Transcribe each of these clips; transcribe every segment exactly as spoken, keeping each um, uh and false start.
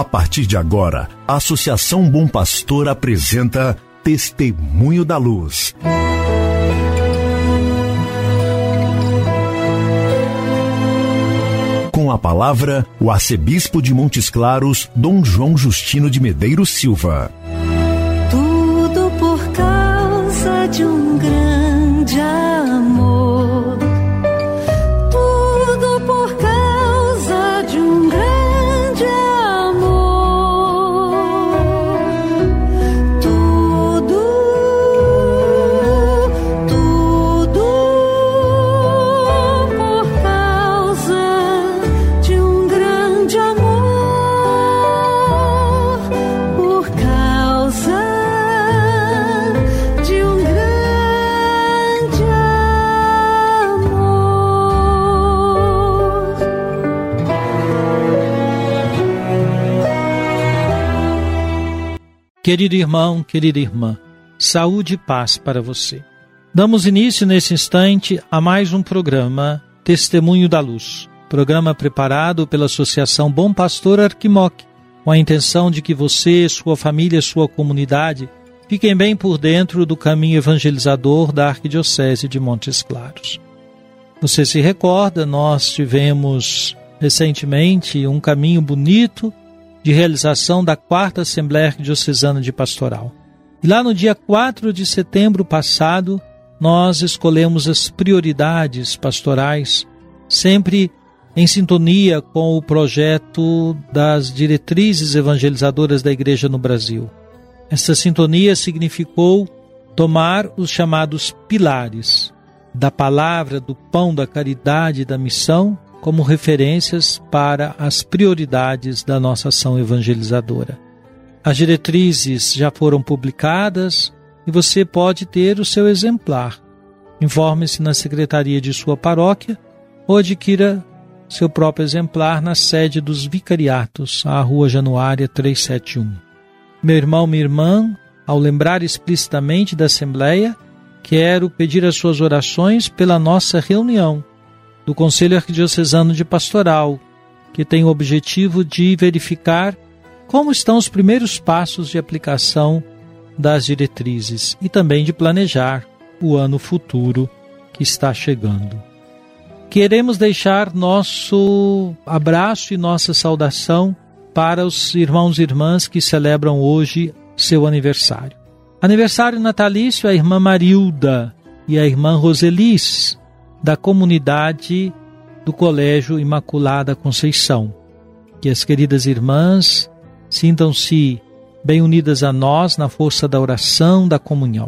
A partir de agora, a Associação Bom Pastor apresenta Testemunho da Luz. Com a palavra, o arcebispo de Montes Claros, Dom João Justino de Medeiros Silva. Tudo por causa de um grande amor. Tudo por causa de um grande amor. Tudo, tudo por causa de um grande amor. Por causa de um grande amor. Querido irmão, querida irmã, saúde e paz para você. Damos início nesse instante a mais um programa Testemunho da Luz, programa preparado pela Associação Bom Pastor Arquimoc, com a intenção de que você, sua família, sua comunidade fiquem bem por dentro do caminho evangelizador da Arquidiocese de Montes Claros. Você se recorda, nós tivemos recentemente um caminho bonito de realização da quarta Assembleia Arquidiocesana de Pastoral. E lá no dia quatro de setembro passado, nós escolhemos as prioridades pastorais, sempre em sintonia com o projeto das diretrizes evangelizadoras da Igreja no Brasil. Essa sintonia significou tomar os chamados pilares da palavra, do pão, da caridade e da missão como referências para as prioridades da nossa ação evangelizadora. As diretrizes já foram publicadas e você pode ter o seu exemplar. Informe-se na secretaria de sua paróquia ou adquira seu próprio exemplar na sede dos vicariatos, à Rua Januária trezentos e setenta e um. Meu irmão, minha irmã, ao lembrar explicitamente da Assembleia, quero pedir as suas orações pela nossa reunião do Conselho Arquidiocesano de Pastoral, que tem o objetivo de verificar como estão os primeiros passos de aplicação das diretrizes e também de planejar o ano futuro que está chegando. Queremos deixar nosso abraço e nossa saudação para os irmãos e irmãs que celebram hoje seu aniversário. Aniversário natalício a irmã Marilda e a irmã Roselis, da comunidade do Colégio Imaculada Conceição. Que as queridas irmãs sintam-se bem unidas a nós na força da oração, da comunhão.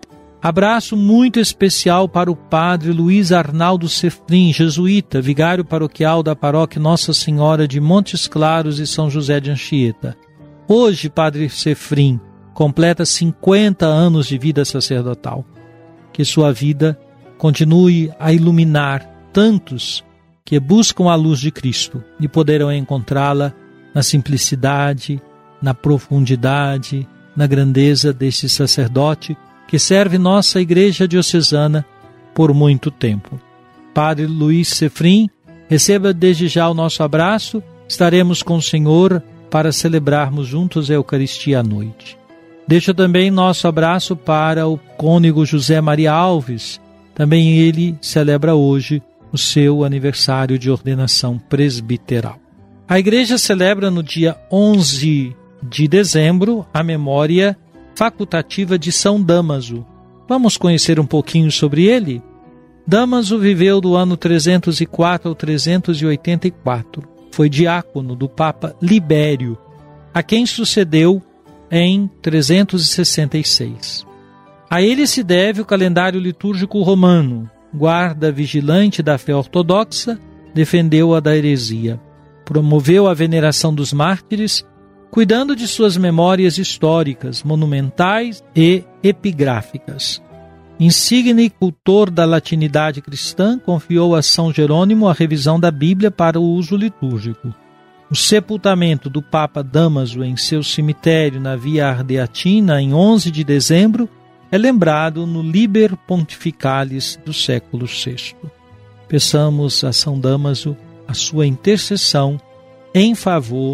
Abraço muito especial para o padre Luiz Arnaldo Sefrim, jesuíta, vigário paroquial da paróquia Nossa Senhora de Montes Claros e São José de Anchieta. Hoje, padre Sefrim completa cinquenta anos de vida sacerdotal. Que sua vida continue a iluminar tantos que buscam a luz de Cristo e poderão encontrá-la na simplicidade, na profundidade, na grandeza deste sacerdote que serve nossa Igreja Diocesana por muito tempo. Padre Luiz Sefrim, receba desde já o nosso abraço, estaremos com o Senhor para celebrarmos juntos a Eucaristia à noite. Deixo também nosso abraço para o cônego José Maria Alves, também ele celebra hoje o seu aniversário de ordenação presbiteral. A Igreja celebra no dia onze de dezembro a memória facultativa de São Damaso. Vamos conhecer um pouquinho sobre ele? Damaso viveu do ano trezentos e quatro ao trezentos e oitenta e quatro. Foi diácono do Papa Libério, a quem sucedeu em trezentos e sessenta e seis. A ele se deve o calendário litúrgico romano. Guarda vigilante da fé ortodoxa, defendeu-a da heresia. Promoveu a veneração dos mártires, cuidando de suas memórias históricas, monumentais e epigráficas. Insigne cultor da latinidade cristã, confiou a São Jerônimo a revisão da Bíblia para o uso litúrgico. O sepultamento do Papa Damaso em seu cemitério na Via Ardeatina, em onze de dezembro, é lembrado no Liber Pontificalis do século sexto. Peçamos a São Damaso a sua intercessão em favor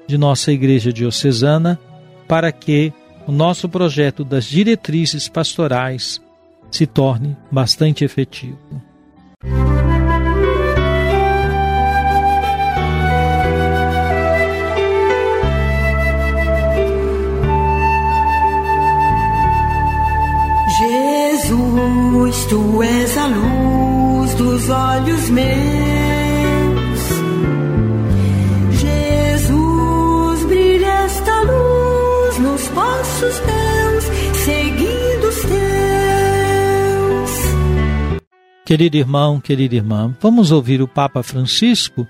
de nossa Igreja Diocesana, para que o nosso projeto das diretrizes pastorais se torne bastante efetivo. Jesus, tu és a luz dos olhos meus. Jesus, brilha esta luz nos passos teus, seguindo os teus. Querido irmão, querida irmã, vamos ouvir o Papa Francisco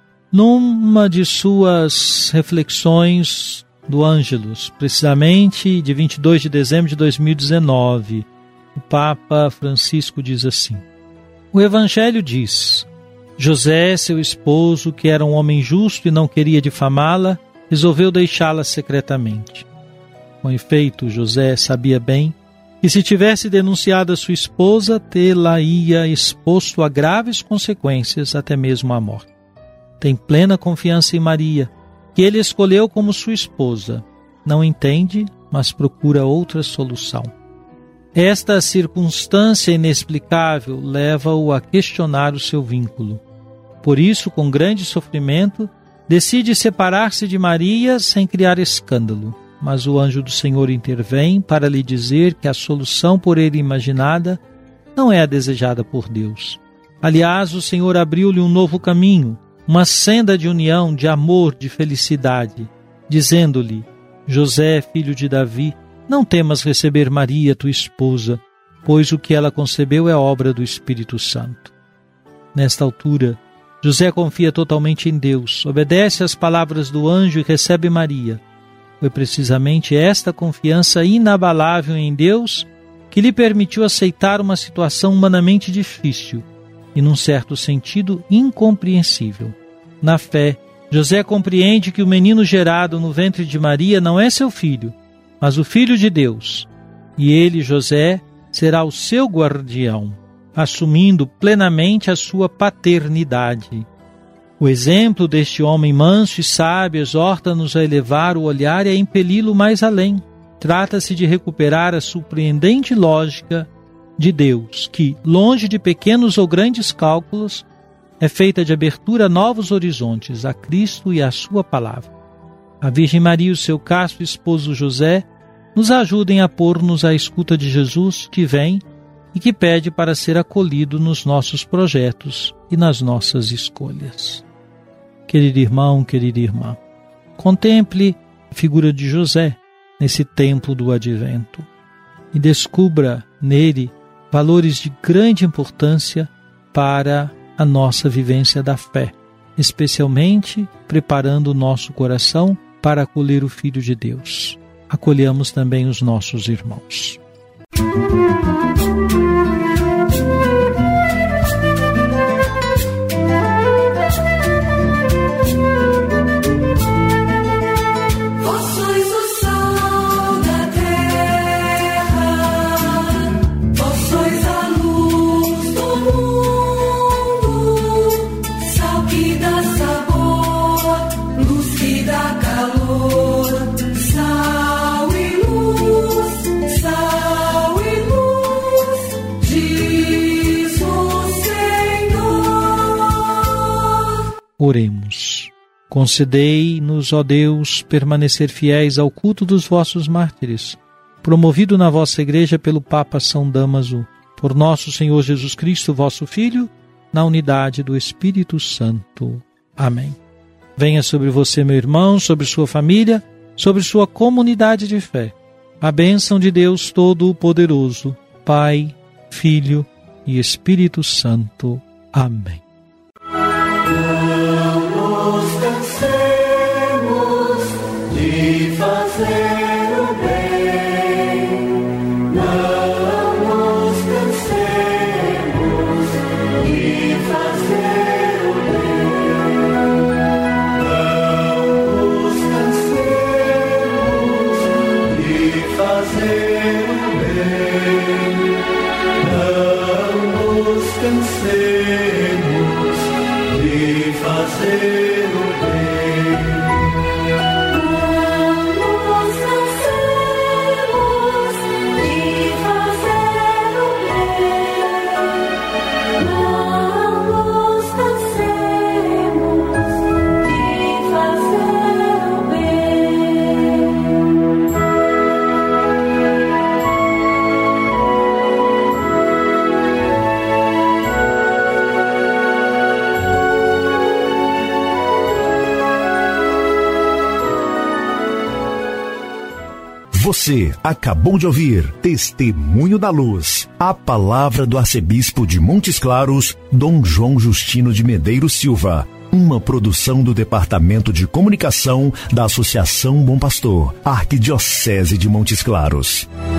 numa de suas reflexões do Ângelus, precisamente de vinte e dois de dezembro de dois mil e dezenove. O Papa Francisco diz assim: o Evangelho diz: José, seu esposo, que era um homem justo e não queria difamá-la, resolveu deixá-la secretamente. Com efeito, José sabia bem que se tivesse denunciado a sua esposa, tê-la-ia exposto a graves consequências, até mesmo à morte. Tem plena confiança em Maria, que ele escolheu como sua esposa. Não entende, mas procura outra solução. Esta circunstância inexplicável leva-o a questionar o seu vínculo. Por isso, com grande sofrimento, decide separar-se de Maria sem criar escândalo. Mas o anjo do Senhor intervém para lhe dizer que a solução por ele imaginada não é a desejada por Deus. Aliás, o Senhor abriu-lhe um novo caminho, uma senda de união, de amor, de felicidade, dizendo-lhe: José, filho de Davi, não temas receber Maria, tua esposa, pois o que ela concebeu é obra do Espírito Santo. Nesta altura, José confia totalmente em Deus, obedece às palavras do anjo e recebe Maria. Foi precisamente esta confiança inabalável em Deus que lhe permitiu aceitar uma situação humanamente difícil e, num certo sentido, incompreensível. Na fé, José compreende que o menino gerado no ventre de Maria não é seu filho, mas o Filho de Deus, e ele, José, será o seu guardião, assumindo plenamente a sua paternidade. O exemplo deste homem manso e sábio exorta-nos a elevar o olhar e a impeli-lo mais além. Trata-se de recuperar a surpreendente lógica de Deus, que, longe de pequenos ou grandes cálculos, é feita de abertura a novos horizontes, a Cristo e a sua palavra. A Virgem Maria e o seu casto esposo José nos ajudem a pôr-nos à escuta de Jesus, que vem e que pede para ser acolhido nos nossos projetos e nas nossas escolhas. Querido irmão, querida irmã, contemple a figura de José nesse tempo do Advento e descubra nele valores de grande importância para a nossa vivência da fé, especialmente preparando o nosso coração para acolher o Filho de Deus. Acolhamos também os nossos irmãos. Oremos. Concedei-nos, ó Deus, permanecer fiéis ao culto dos vossos mártires, promovido na vossa Igreja pelo Papa São Damaso, por nosso Senhor Jesus Cristo, vosso Filho, na unidade do Espírito Santo. Amém. Venha sobre você, meu irmão, sobre sua família, sobre sua comunidade de fé, a bênção de Deus Todo-Poderoso, Pai, Filho e Espírito Santo. Amém. De fazer o bem, não nos cansemos de fazer o bem, não nos cansemos de fazer o bem, não nos cansemos de fazer o bem. Você acabou de ouvir Testemunho da Luz, a palavra do arcebispo de Montes Claros, Dom João Justino de Medeiros Silva. Uma produção do Departamento de Comunicação da Associação Bom Pastor, Arquidiocese de Montes Claros.